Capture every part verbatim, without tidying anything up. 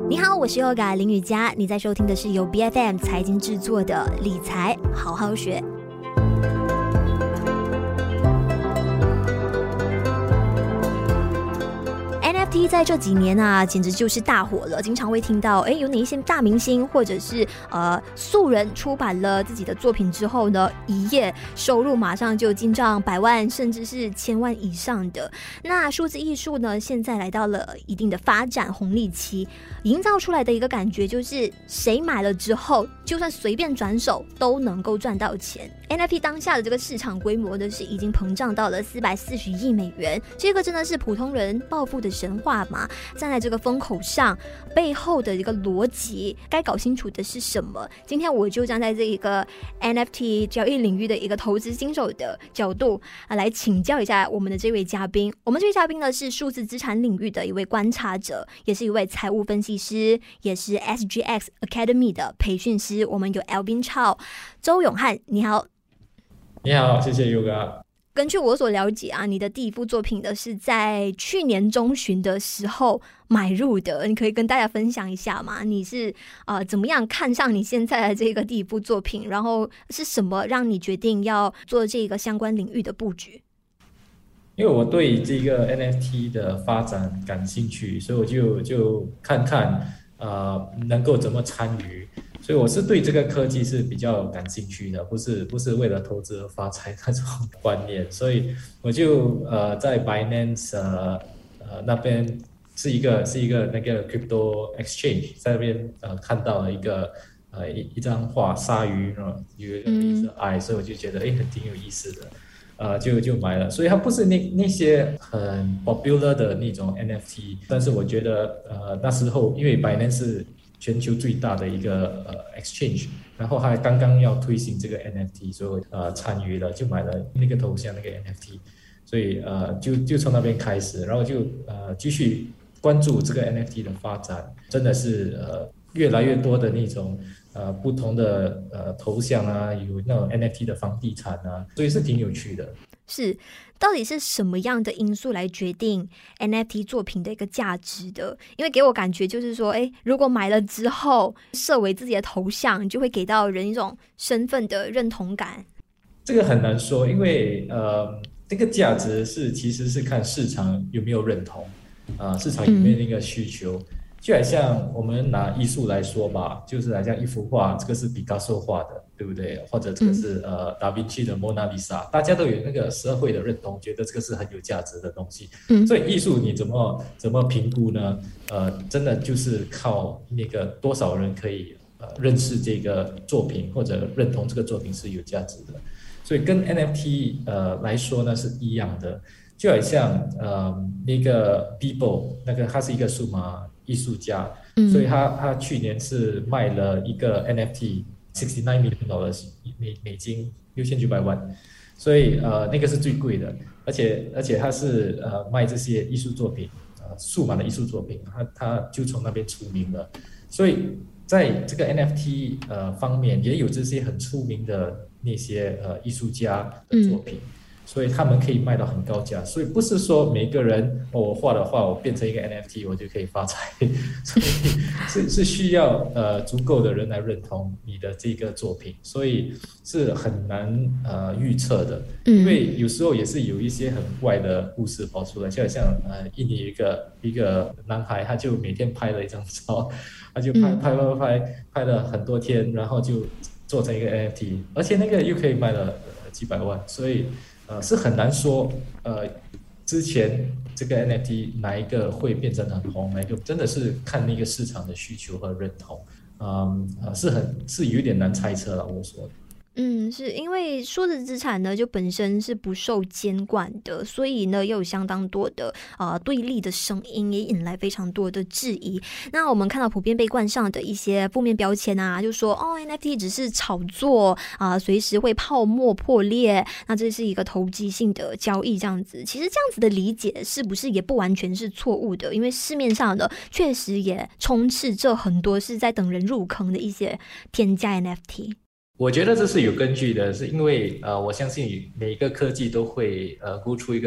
你好，我是 Yoga 林雨佳，你在收听的是由 B F M 财经制作的理财好好学。N F T 在这几年啊，简直就是大火了。经常会听到，哎，有哪一些大明星或者是呃素人出版了自己的作品之后呢，一夜收入马上就进账百万，甚至是千万以上的。那数字艺术呢，现在来到了一定的发展红利期，营造出来的一个感觉就是，谁买了之后，就算随便转手都能够赚到钱。N F T 当下的这个市场规模呢，是已经膨胀到了四百四十亿美元，这个真的是普通人暴富的神话嘛？站在这个风口上，背后的一个逻辑该搞清楚的是什么？今天我就站在这一个 N F T 交易领域的一个投资新手的角度、啊、来请教一下我们的这位嘉宾。我们这位嘉宾呢是数字资产领域的一位观察者，也是一位财务分析师，也是 S G X Academy 的培训师。我们有 Alvin Chow 周永汉，你好。 你好，谢谢 Yoga。 根据我所了解啊，你的第一部作品呢是在去年中旬的时候买入的，你可以跟大家分享一下吗？你是呃怎么样看上你现在的这个第一部作品，然后是什么让你决定要做这个相关领域的布局？ 因为我对这个 N F T 的发展感兴趣，所以我就就看看呃能够怎么参与。所以我是对这个科技是比较感兴趣的，不是不是为了投资而发财那种观念，所以我就呃在 Binance 呃呃那边是一个是一个那个 crypto exchange， 在那边呃看到了一个呃一一张画鲨鱼，有一个鼻子 eye， 所以我就觉得哎很挺有意思的，呃就就买了。所以它不是那那些很 popular 的那种 N F T， 但是我觉得呃那时候因为 Binance 是全球最大的一个呃 exchange， 然后还刚刚要推行这个 N F T， 所以我呃参与了，就买了那个头像那个 N F T， 所以呃就就从那边开始，然后就呃继续关注这个 N F T 的发展，真的是呃越来越多的那种呃不同的呃头像啊，有那种 N F T 的房地产啊，所以是挺有趣的。 是，到底是什么样的因素来决定 N F T 作品的一个价值的？因为给我感觉就是说，哎，如果买了之后设为自己的头像，就会给到人一种身份的认同感。 这个很难说，因为呃，这个价值是其实是看市场有没有认同啊、呃，市场有没有那个需求。嗯就好像我们拿艺术来说吧，就是好像一幅画，这个是毕加索画的，对不对？或者这个是、嗯、呃达芬奇的蒙娜丽莎，大家都有那个社会的认同，觉得这个是很有价值的东西。嗯、所以艺术你怎么怎么评估呢？呃，真的就是靠那个多少人可以呃认识这个作品，或者认同这个作品是有价值的。所以跟 N F T 呃来说呢是一样的，就好像呃那个 Bebo 那个他是一个数码艺术家，所以他他去年是卖了一个 N F T 六十九 million dollars 美美金六千九百万，所以呃那个是最贵的，而且而且他是呃卖这些艺术作品，呃数码的艺术作品，他他就从那边出名了，所以在这个 N F T 呃方面也有这些很出名的那些呃艺术家的作品。嗯所以他们可以卖到很高价，所以不是说每个人、哦、我画的画我变成一个 N F T 我就可以发财，所以是是需要呃足够的人来认同你的这个作品，所以是很难呃预测的，因为有时候也是有一些很怪的故事跑出来，就好像呃印尼一个一个男孩，他就每天拍了一张照，他就拍拍拍拍拍了很多天，然后就做成一个 N F T， 而且那个又可以卖了、呃、几百万，所以。呃，是很难说，呃，之前这个 N F T 哪一个会变成很红，哪一个真的是看那个市场的需求和认同，嗯，呃、是很是有点难猜测了，我说的。 嗯，是因为数字资产呢，就本身是不受监管的，所以呢，又有相当多的呃对立的声音，也引来非常多的质疑。那我们看到普遍被冠上的一些负面标签啊，就说哦 ，N F T 只是炒作啊、呃，随时会泡沫破裂，那这是一个投机性的交易，这样子。其实这样子的理解是不是也不完全是错误的？因为市面上的确实也充斥着很多是在等人入坑的一些天价 N F T。 我觉得这是有根据的，是因为呃，我相信每一个科技都会呃 go through 一个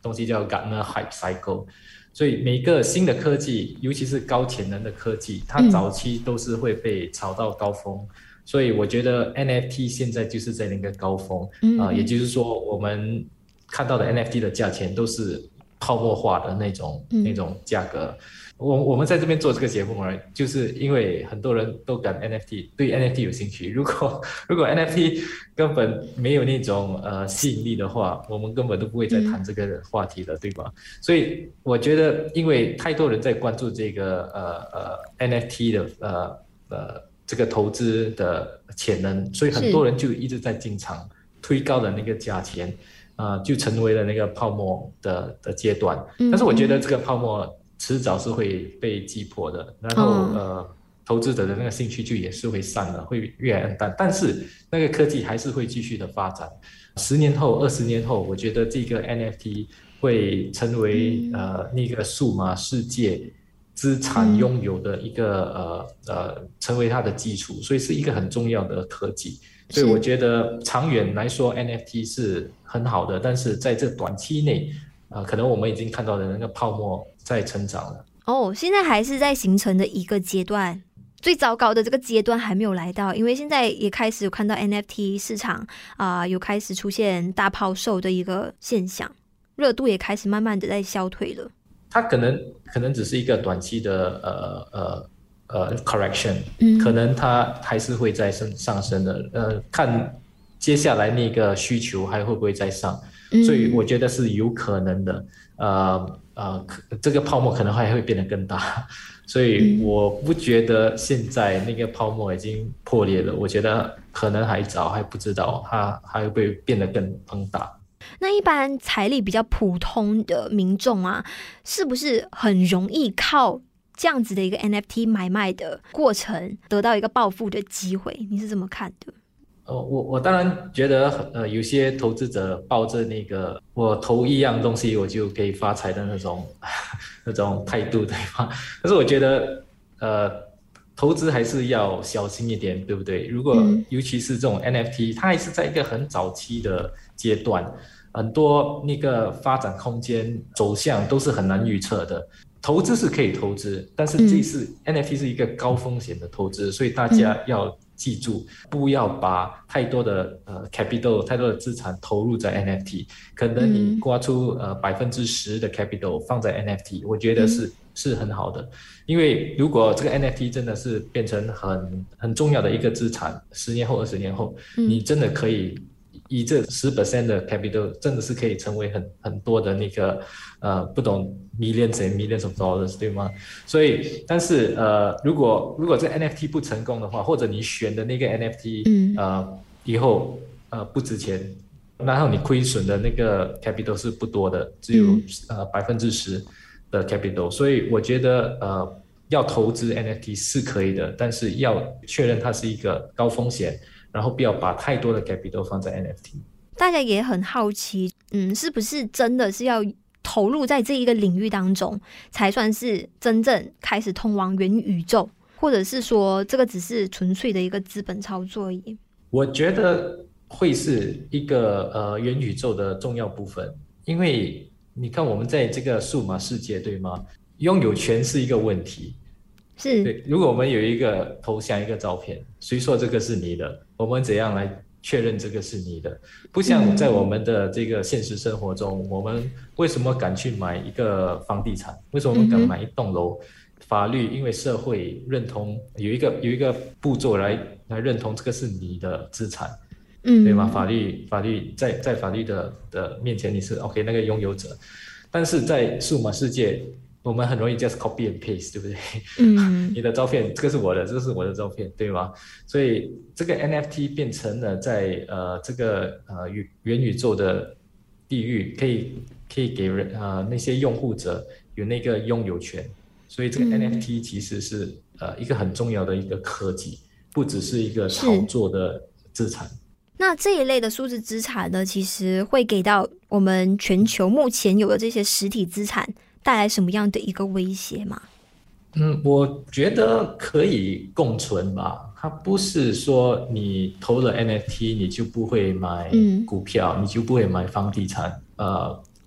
东西叫 Gartner Hype Cycle。所以每个新的科技，尤其是高潜能的科技，它早期都是会被炒到高峰。嗯，所以我觉得 N F T 现在就是在那个高峰，嗯呃、也就是说我们看到的 N F T 的价钱都是泡沫化的那种、嗯、那种价格。我我们在这边做这个节目呢，就是因为很多人都感 N F T 对 N F T 有兴趣。如果如果 N F T 根本没有那种呃吸引力的话，我们根本都不会再谈这个话题了，嗯、对吧？所以我觉得，因为太多人在关注这个呃呃 N F T 的呃呃这个投资的潜能，所以很多人就一直在进场推高的那个价钱，呃，就成为了那个泡沫的的阶段。但是我觉得这个泡沫迟早是会被击破的，然后、哦、呃，投资者的那个兴趣就也是会散了，会越来越淡。但是那个科技还是会继续的发展。十年后、二十年后，我觉得这个 N F T 会成为、嗯、呃那个数码世界资产拥有的一个、嗯、呃呃，成为它的基础，所以是一个很重要的科技。所以我觉得长远来说 N F T 是很好的，但是在这短期内。呃，可能我们已经看到的那个泡沫在成长了。 哦，现在还是在形成的一个阶段，最糟糕的这个阶段还没有来到，因为现在也开始有看到 N F T 市场啊、呃，有开始出现大抛售的一个现象，热度也开始慢慢的在消退了。 它可能可能只是一个短期的呃呃呃 correction，、嗯、可能它还是会再升上升的，呃，看接下来那个需求还会不会再上。所以我觉得是有可能的，呃呃，这个泡沫可能还会变得更大，所以我不觉得现在那个泡沫已经破裂了，我觉得可能还早，还不知道它还会不会变得更更大。 那一般财力比较普通的民众啊，是不是很容易靠这样子的一个 N F T 买卖的过程得到一个暴富的机会？你是怎么看的？ 呃，我我当然觉得，呃，有些投资者抱着那个我投一样东西我就可以发财的那种那种态度，对吧？但是我觉得，呃，投资还是要小心一点，对不对？如果、嗯、尤其是这种 N F T， 它还是在一个很早期的阶段，很多那个发展空间走向都是很难预测的。投资是可以投资，但是这是、嗯、N F T 是一个高风险的投资，所以大家要记住，不要把太多的呃 capital 太多的资产投入在 N F T。可能你刮出呃百分之十的 capital 放在 N F T， 我觉得是、嗯、是很好的。因为如果这个 N F T 真的是变成很很重要的一个资产，十年后、二十年后，嗯、你真的可以。以这 百分之十 的 capital 真的是可以成为很很多的那个呃不懂 millions and millions of dollars， 对吗？所以但是呃如果如果这 N F T 不成功的话，或者你选的那个 N F T、嗯、呃以后呃不值钱，然后你亏损的那个 capital 是不多的，只有、嗯、呃百分之十的 capital， 所以我觉得呃要投资 N F T 是可以的，但是要确认它是一个高风险。然后不要把太多的 capital 放在 N F T。 大家也很好奇，嗯，是不是真的是要投入在这一个领域当中，才算是真正开始通往元宇宙，或者是说这个只是纯粹的一个资本操作而已？ 我觉得会是一个呃元宇宙的重要部分，因为你看我们在这个数码世界，对吗？拥有权是一个问题。 是， 对，如果我们有一个头像一个照片，谁说这个是你的？我们怎样来确认这个是你的？不像在我们的这个现实生活中，嗯、我们为什么敢去买一个房地产？为什么我们敢买一栋楼？嗯、法律因为社会认同有一个有一个步骤来来认同这个是你的资产，嗯，对吗？法律法律在在法律的的面前你是 OK 那个拥有者，但是在数码世界。我们很容易 just copy and paste， 对不对？嗯，你的照片，这个是我的，这个是我的照片，对吗？所以这个 N F T 变成了在呃这个呃元宇宙的地域，可以可以给人呃那些用户者有那个拥有权。所以这个 N F T 其实是、嗯、呃一个很重要的一个科技，不只是一个炒作的资产。 那这一类的数字资产呢，其实会给到我们全球目前有的这些实体资产。带来什么样的一个威胁吗？ 嗯，我觉得可以共存吧。它不是说你投了 N F T 你就不会买股票，嗯、你就不会买房地产。呃，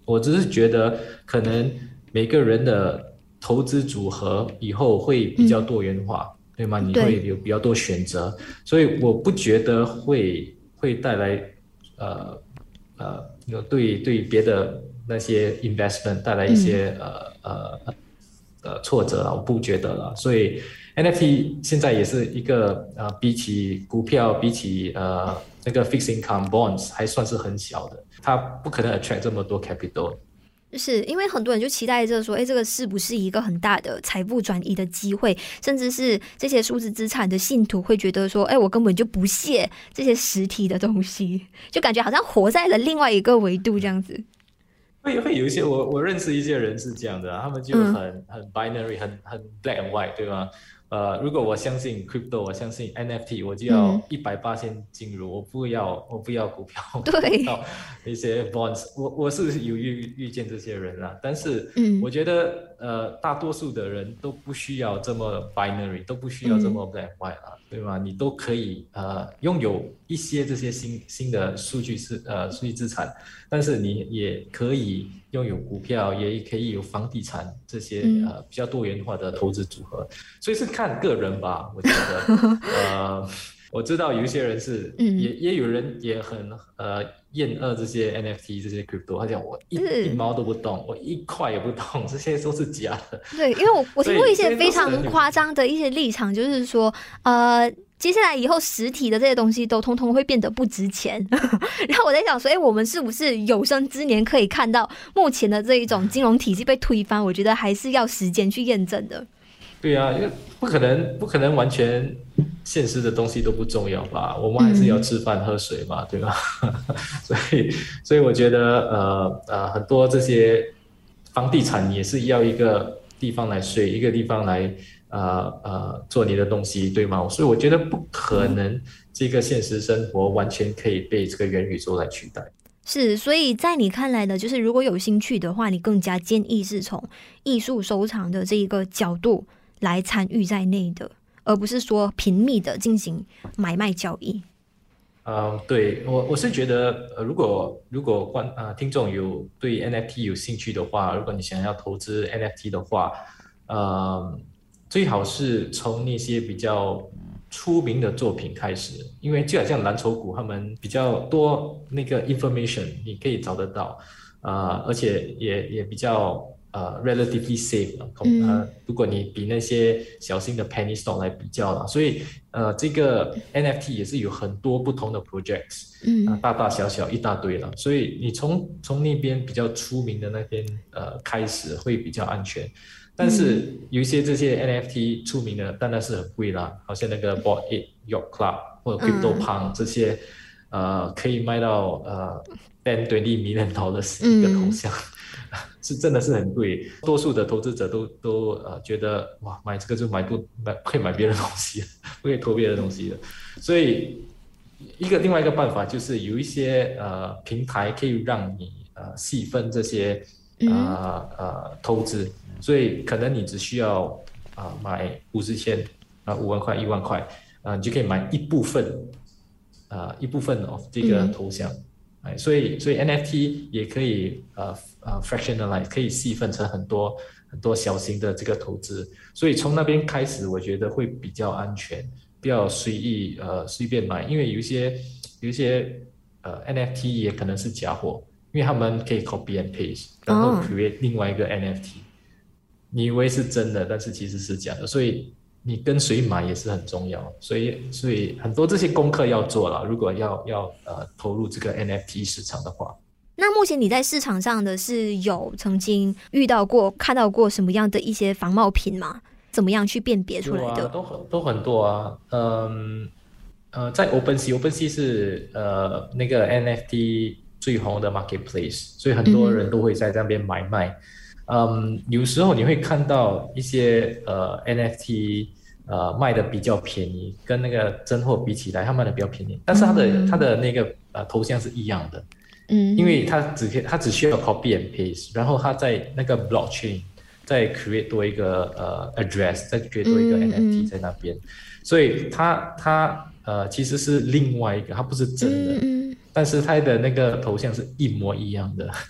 我只是觉得可能每个人的投资组合以后会比较多元化，嗯、对吗？你会有比较多选择，所以我不觉得会会带来呃呃有对对别的那些 investment 带来一些、嗯、呃呃呃挫折了，我不觉得了。所以 N F T 现在也是一个呃比起股票，比起呃那个 fixed income bonds 还算是很小的，它不可能 attract 这么多 capital。 是因为很多人就期待着说，哎，这个是不是一个很大的财富转移的机会？甚至是这些数字资产的信徒会觉得说，哎，我根本就不屑这些实体的东西，就感觉好像活在了另外一个维度这样子。 会会有一些我我认识一些人是这样的、啊，他们就很、嗯、很 binary， 很很 black and white， 对吗？呃，如果我相信 crypto， 我相信 N F T， 我就要一百八先进入，我不要我不要股票，我不要一些 bonds， 我我是有遇遇见这些人啦，但是我觉得、嗯、呃大多数的人都不需要这么 binary， 都不需要这么 black and white 啦、嗯，对吗？你都可以呃拥有一些这些新新的数据是呃数据资产，但是你也可以拥有股票，也可以有房地产这些、嗯、呃比较多元化的投资组合，所以是看个人吧，我觉得呃我知道有一些人是、嗯、也也有人也很呃厌恶这些 N F T 这些 crypto， 他讲我一、嗯、一毛都不动，我一块也不动，这些都是假的。 对，因为我我听过一些非常夸张的一些立场，就是说呃接下来以后实体的这些东西都通通会变得不值钱然后我在想说，哎，我们是不是有生之年可以看到目前的这一种金融体系被推翻？我觉得还是要时间去验证的。 对啊，因为不可能不可能完全现实的东西都不重要吧，我们还是要吃饭喝水嘛，嗯、对吧所以所以我觉得呃呃很多这些房地产也是要一个地方来睡，一个地方来呃呃做你的东西，对吗？所以我觉得不可能这个现实生活完全可以被这个元宇宙来取代。 是，所以在你看来呢，就是如果有兴趣的话，你更加建议是从艺术收藏的这一个角度来参与在内的，而不是说频密的进行买卖交易。 嗯，对，我我是觉得，呃，如果如果观啊、呃、听众有对 N F T 有兴趣的话，如果你想要投资 N F T 的话，呃，最好是从那些比较出名的作品开始，因为就好像蓝筹股，他们比较多那个 information， 你可以找得到，啊、呃，而且也也比较。呃 relatively safe 了、嗯呃，如果你比那些小型的 penny stock 来比较了，所以呃，这个 N F T 也是有很多不同的 projects， 嗯、呃，大大小小一大堆了，所以你从从那边比较出名的那边呃开始会比较安全，但是有一些这些 N F T 出名的当然是很贵啦，好像那个 Bored Ape Yacht Club 或者 CryptoPunk 这些，呃，可以卖到呃 ten twenty million dollars 一个头像。嗯是真的是很贵，多数的投资者都都呃觉得哇，买这个就买不买不可以买别的东西，不可以投别的东西的。所以一个另外一个办法就是有一些呃平台可以让你呃细分这些呃呃投资，所以可能你只需要啊、呃、买五十千啊五万块一万块啊、呃，你就可以买一部分啊、呃、一部分哦这个头像。嗯所以，所以 N F T 也可以呃呃 fractionalize， 可以细分成很多很多小型的这个投资。所以从那边开始，我觉得会比较安全，不要随意呃随便买，因为有一些有一些呃 N F T 也可能是假货，因为他们可以 copy and paste， 然后 create 另外一个 N F T，、哦、你以为是真的，但是其实是假的，所以。你跟谁买也是很重要，所以所以很多这些功课要做了。如果要要呃投入这个 N F T 市场的话， 那目前你在市场上的是有曾经遇到过、看到过什么样的一些仿冒品吗？怎么样去辨别出来的？ 啊、都很都很多啊。嗯呃，在 OpenSea，OpenSea 是呃那个 N F T 最红的 marketplace， 所以很多人都会在那边买卖。嗯, 嗯，有时候你会看到一些呃 N F T。呃，卖的比较便宜，跟那个真货比起来，它卖的比较便宜，但是它的、嗯、它的那个呃头像是一样的，嗯，因为它只它只需要 copy and paste， 然后它在那个 blockchain 再 create 多一个呃 address， 再 create 多一个 N F T 在那边，嗯、所以它它呃其实是另外一个，它不是真的，嗯、但是它的那个头像是一模一样的，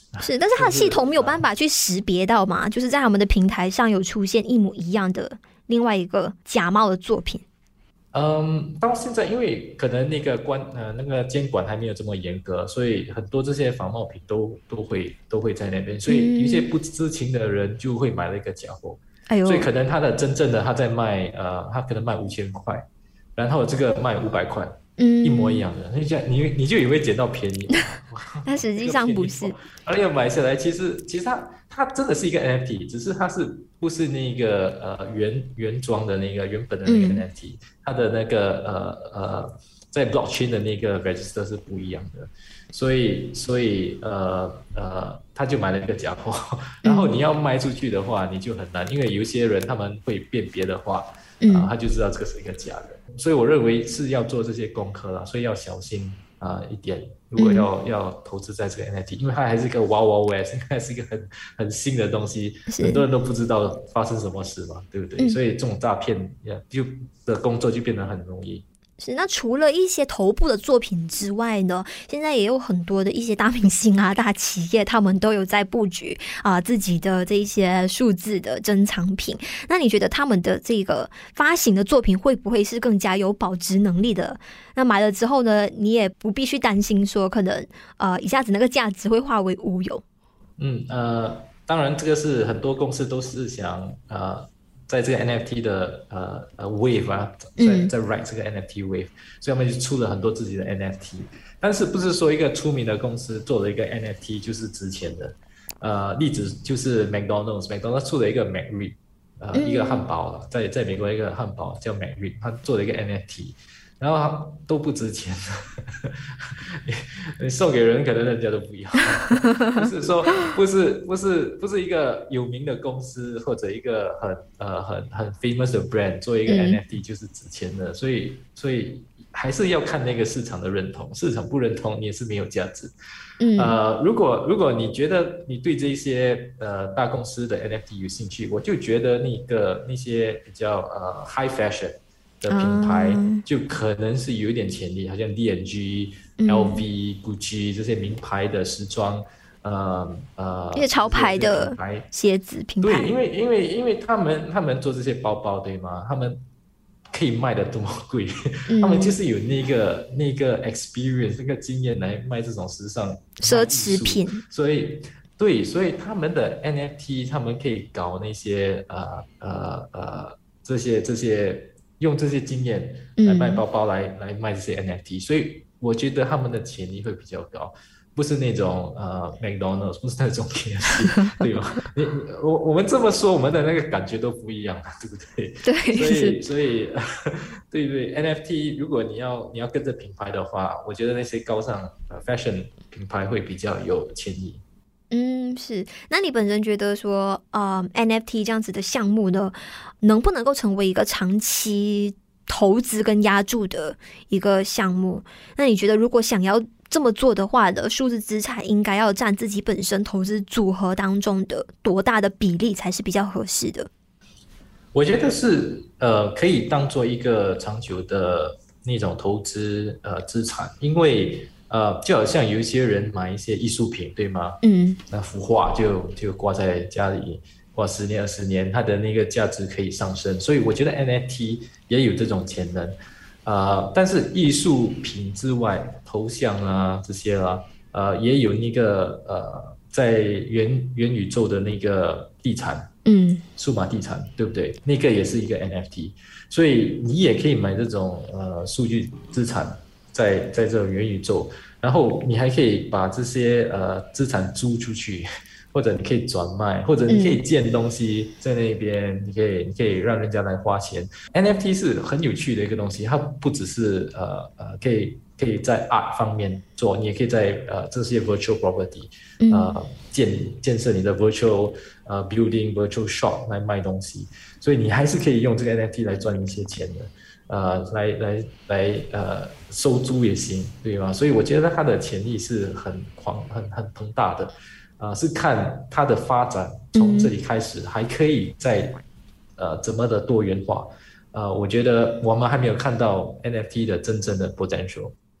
是，但是它的系统没有办法去识别到嘛，就是在他们的平台上有出现一模一样的另外一个假冒的作品。 嗯，到现在因为可能那个关呃那个监管还没有这么严格，所以很多这些仿冒品都都会都会在那边，所以有些不知情的人就会买了一个假货。哎呦，所以可能他的真正的他在卖呃，他可能卖五千块，然后这个卖五百块。嗯，一模一样的，你就你你就以为捡到便宜， 但实际上不是。 而且买下来，其实其实它它真的是一个 N F T， 只是它是不是那个呃原原装的那个原本的那个 N F T，、嗯、它的那个呃呃在 blockchain 的那个 register 是不一样的，所以所以呃呃他就买了一个假货，然后你要卖出去的话，你就很难，因为有一些人他们会辨别的话。啊、呃，他就知道这个是一个假的，所以我认为是要做这些功课啦，所以要小心啊、呃、一点。如果要、嗯、要投资在这个 N F T， 因为它还是一个 Wild Wild West， 应该是一个很很新的东西，很多人都不知道发生什么事嘛，对不对？嗯、所以这种诈骗就的工作就变得很容易。 是，那除了一些头部的作品之外呢，现在也有很多的一些大明星啊、大企业，他们都有在布局啊、呃、自己的这一些数字的珍藏品。那你觉得他们的这个发行的作品会不会是更加有保值能力的？那买了之后呢，你也不必须担心说可能呃一下子那个价值会化为乌有。 嗯呃，当然这个是很多公司都是想呃。在这个 N F T 的呃呃 wave 啊，在在 ride 这个 N F T wave，、嗯、所以他们就出了很多自己的 N F T， 但是不是说一个出名的公司做了一个 N F T 就是值钱的？呃，例子就是 McDonald's，McDonald's 出了一个 McRib， 呃、嗯、一个汉堡，在在美国一个汉堡叫 McRib， 他做了一个 N F T。然后都不值钱，你, 你送给人可能人家都不要，不是说不是不是不是一个有名的公司或者一个很呃很很 famous 的 brand 做一个 N F T 就是值钱的，嗯、所以所以还是要看那个市场的认同，市场不认同你也是没有价值。嗯、呃，如果如果你觉得你对这些呃大公司的 N F T 有兴趣，我就觉得那个那些比较呃 high fashion。的品牌就可能是有一点潜力，好像 D and G、L V、Gucci 这些名牌的时装，呃呃， 一些潮牌的鞋子品牌。 对，因为因为因为他们他们做这些包包，对吗？他们可以卖得多么贵，嗯、他们就是有那个那个 experience 那个经验来卖这种时尚奢侈品， 所以对，所以他们的 N F T 他们可以搞那些呃呃呃这些这些。用这些经验来卖包包来，嗯、来卖这些 N F T， 所以我觉得他们的潜力会比较高，不是那种呃 McDonald's， 不是那种 K F C， 对吗？你我我们这么说，我们的那个感觉都不一样，对不对？ 对， 所以所以对对 N F T， 如果你要你要跟着品牌的话，我觉得那些高尚呃 fashion 品牌会比较有潜力。 嗯，是。那你本身觉得说，呃 ，N F T 这样子的项目呢，能不能够成为一个长期投资跟押注的一个项目？那你觉得，如果想要这么做的话呢，数字资产应该要占自己本身投资组合当中的多大的比例才是比较合适的？ 我觉得是，呃，可以当做一个长久的那种投资呃资产，因为。呃，就好像有一些人买一些艺术品，对吗？嗯，那幅画就就挂在家里，挂十年二十年，它的那个价值可以上升。所以我觉得 N F T 也有这种潜能。呃，但是艺术品之外，头像啊这些啦，呃，也有那个呃，在元元宇宙的那个地产，嗯，数码地产，对不对？那个也是一个 N F T， 所以你也可以买这种呃数据资产。在在这种元宇宙，然后你还可以把这些呃资产租出去，或者你可以转卖，或者你可以建东西在那边，嗯、你可以你可以让人家来花钱。N F T 是很有趣的一个东西，它不只是呃呃可以可以在 art 方面做，你也可以在呃这些 virtual property 呃建建设你的 virtual 呃 building、virtual shop 来卖东西，所以你还是可以用这个 N F T 来赚一些钱的。呃，来来来，呃，收租也行，对吗？所以我觉得它的潜力是很狂、很很庞大的，啊、呃，是看它的发展从这里开始，嗯、还可以再呃怎么的多元化，呃，我觉得我们还没有看到 N F T 的真正的 potential。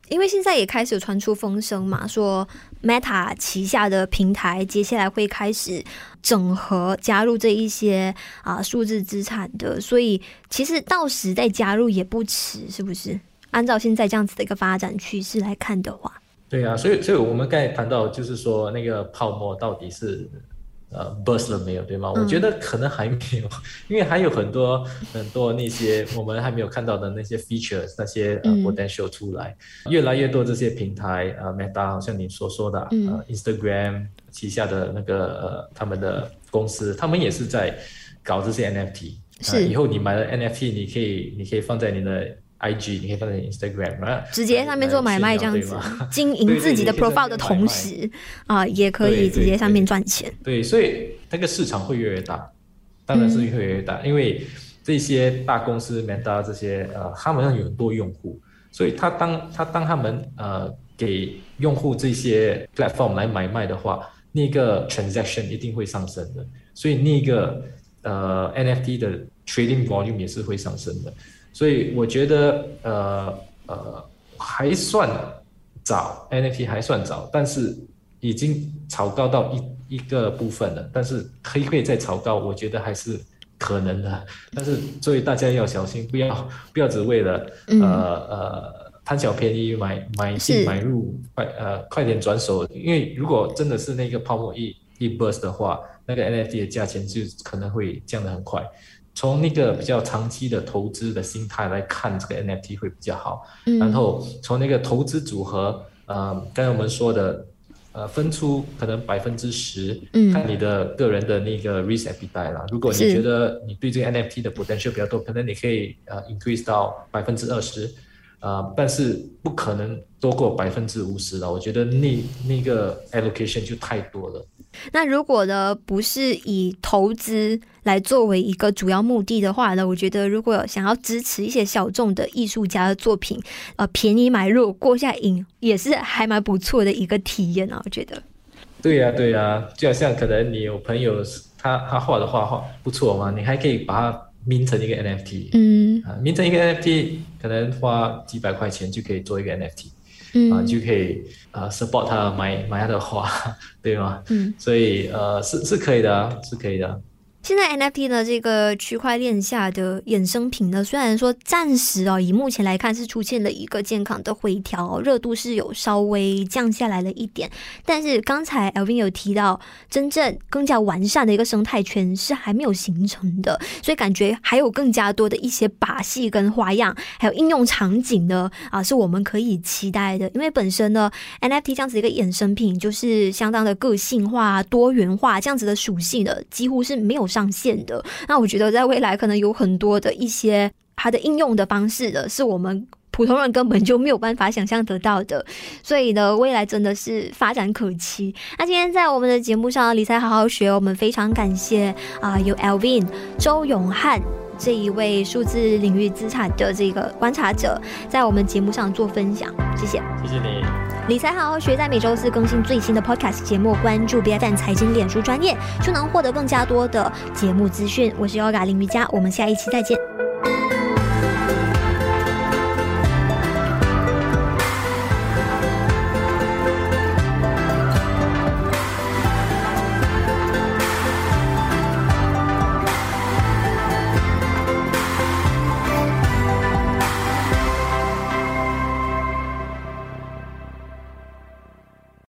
因为现在也开始有传出风声嘛，说 Meta 旗下的平台接下来会开始整合加入这一些啊数字资产的，所以其实到时再加入也不迟，是不是？按照现在这样子的一个发展趋势来看的话， 对啊，所以所以我们刚才谈到就是说那个泡沫到底是呃 burst 了没有，对吗？ 嗯、 我觉得可能还没有，因为还有很多很多那些我们还没有看到的那些 features 那些呃 potential 出来，嗯、越来越多这些平台呃 Meta 好像你所说的、嗯、呃 Instagram 旗下的那个呃他们的公司，他们也是在搞这些 N F T， 是、呃、以后你买了 N F T 你可以你可以放在你的I G， 你可以放在 Instagram， 直接上面做买卖这样子，经营自己的 profile 的同时啊、呃，也可以直接上面赚钱。 对， 对， 对，所以那个市场会越来越大，当然是会越来越大，嗯、因为这些大公司 Meta 这些呃，他们有很多用户，所以他当他当他们呃给用户这些 platform 来买卖的话，那个 transaction 一定会上升的，所以那个呃 N F T 的 trading volume 也是会上升的。所以我觉得呃呃还算早 ，N F T 还算早，但是已经炒高到一一个部分了，但是可以可以再炒高，我觉得还是可能的。但是所以大家要小心，不要不要只为了、嗯、呃呃贪小便宜买买进买入，快呃快点转手，因为如果真的是那个泡沫一一 burst 的话，那个 N F T 的价钱就可能会降得很快。从那个比较长期的投资的心态来看，这个 N F T 会比较好。嗯、然后从那个投资组合，呃，刚才我们说的，呃，分出可能百分之十，看你的个人的那个 risk appetite 啦。如果你觉得你对这个 N F T 的 potential 比较多，可能你可以呃 increase 到百分之二十，呃，但是不可能多过百分之五十了。我觉得那那个 allocation 就太多了。 那如果呢不是以投资来作为一个主要目的的话呢，我觉得如果想要支持一些小众的艺术家的作品，呃，便宜买入过下瘾也是还蛮不错的一个体验啊，我觉得。 对呀、啊、对呀、啊，就好像可能你有朋友他他画的画画不错嘛，你还可以把它mint成一个 N F T， 嗯，啊mint成一个 N F T 可能花几百块钱就可以做一个 N F T。嗯、啊，就可以呃 support 他买买他的画，对吗？嗯，所以呃是是可以的、啊，是可以的、啊。 现在 N F T 的这个区块链下的衍生品呢，虽然说暂时哦，以目前来看是出现了一个健康的回调，热度是有稍微降下来了一点，但是刚才 Alvin 有提到，真正更加完善的一个生态圈是还没有形成的，所以感觉还有更加多的一些把戏跟花样，还有应用场景呢啊，是我们可以期待的。因为本身呢 N F T 这样子一个衍生品，就是相当的个性化、多元化这样子的属性的，几乎是没有上线的。那我觉得在未来可能有很多的一些它的应用的方式的是我们普通人根本就没有办法想象得到的，所以呢未来真的是发展可期。那今天在我们的节目上理财好好学，我们非常感谢啊、呃、有 Alvin 周永汉这一位数字领域资产的这个观察者在我们节目上做分享，谢谢谢谢你。 理财好好学在每周四更新最新的 podcast 节目，关注 B F M 财经脸书专页就能获得更加多的节目资讯。我是 Yoga 林瑜伽，我们下一期再见。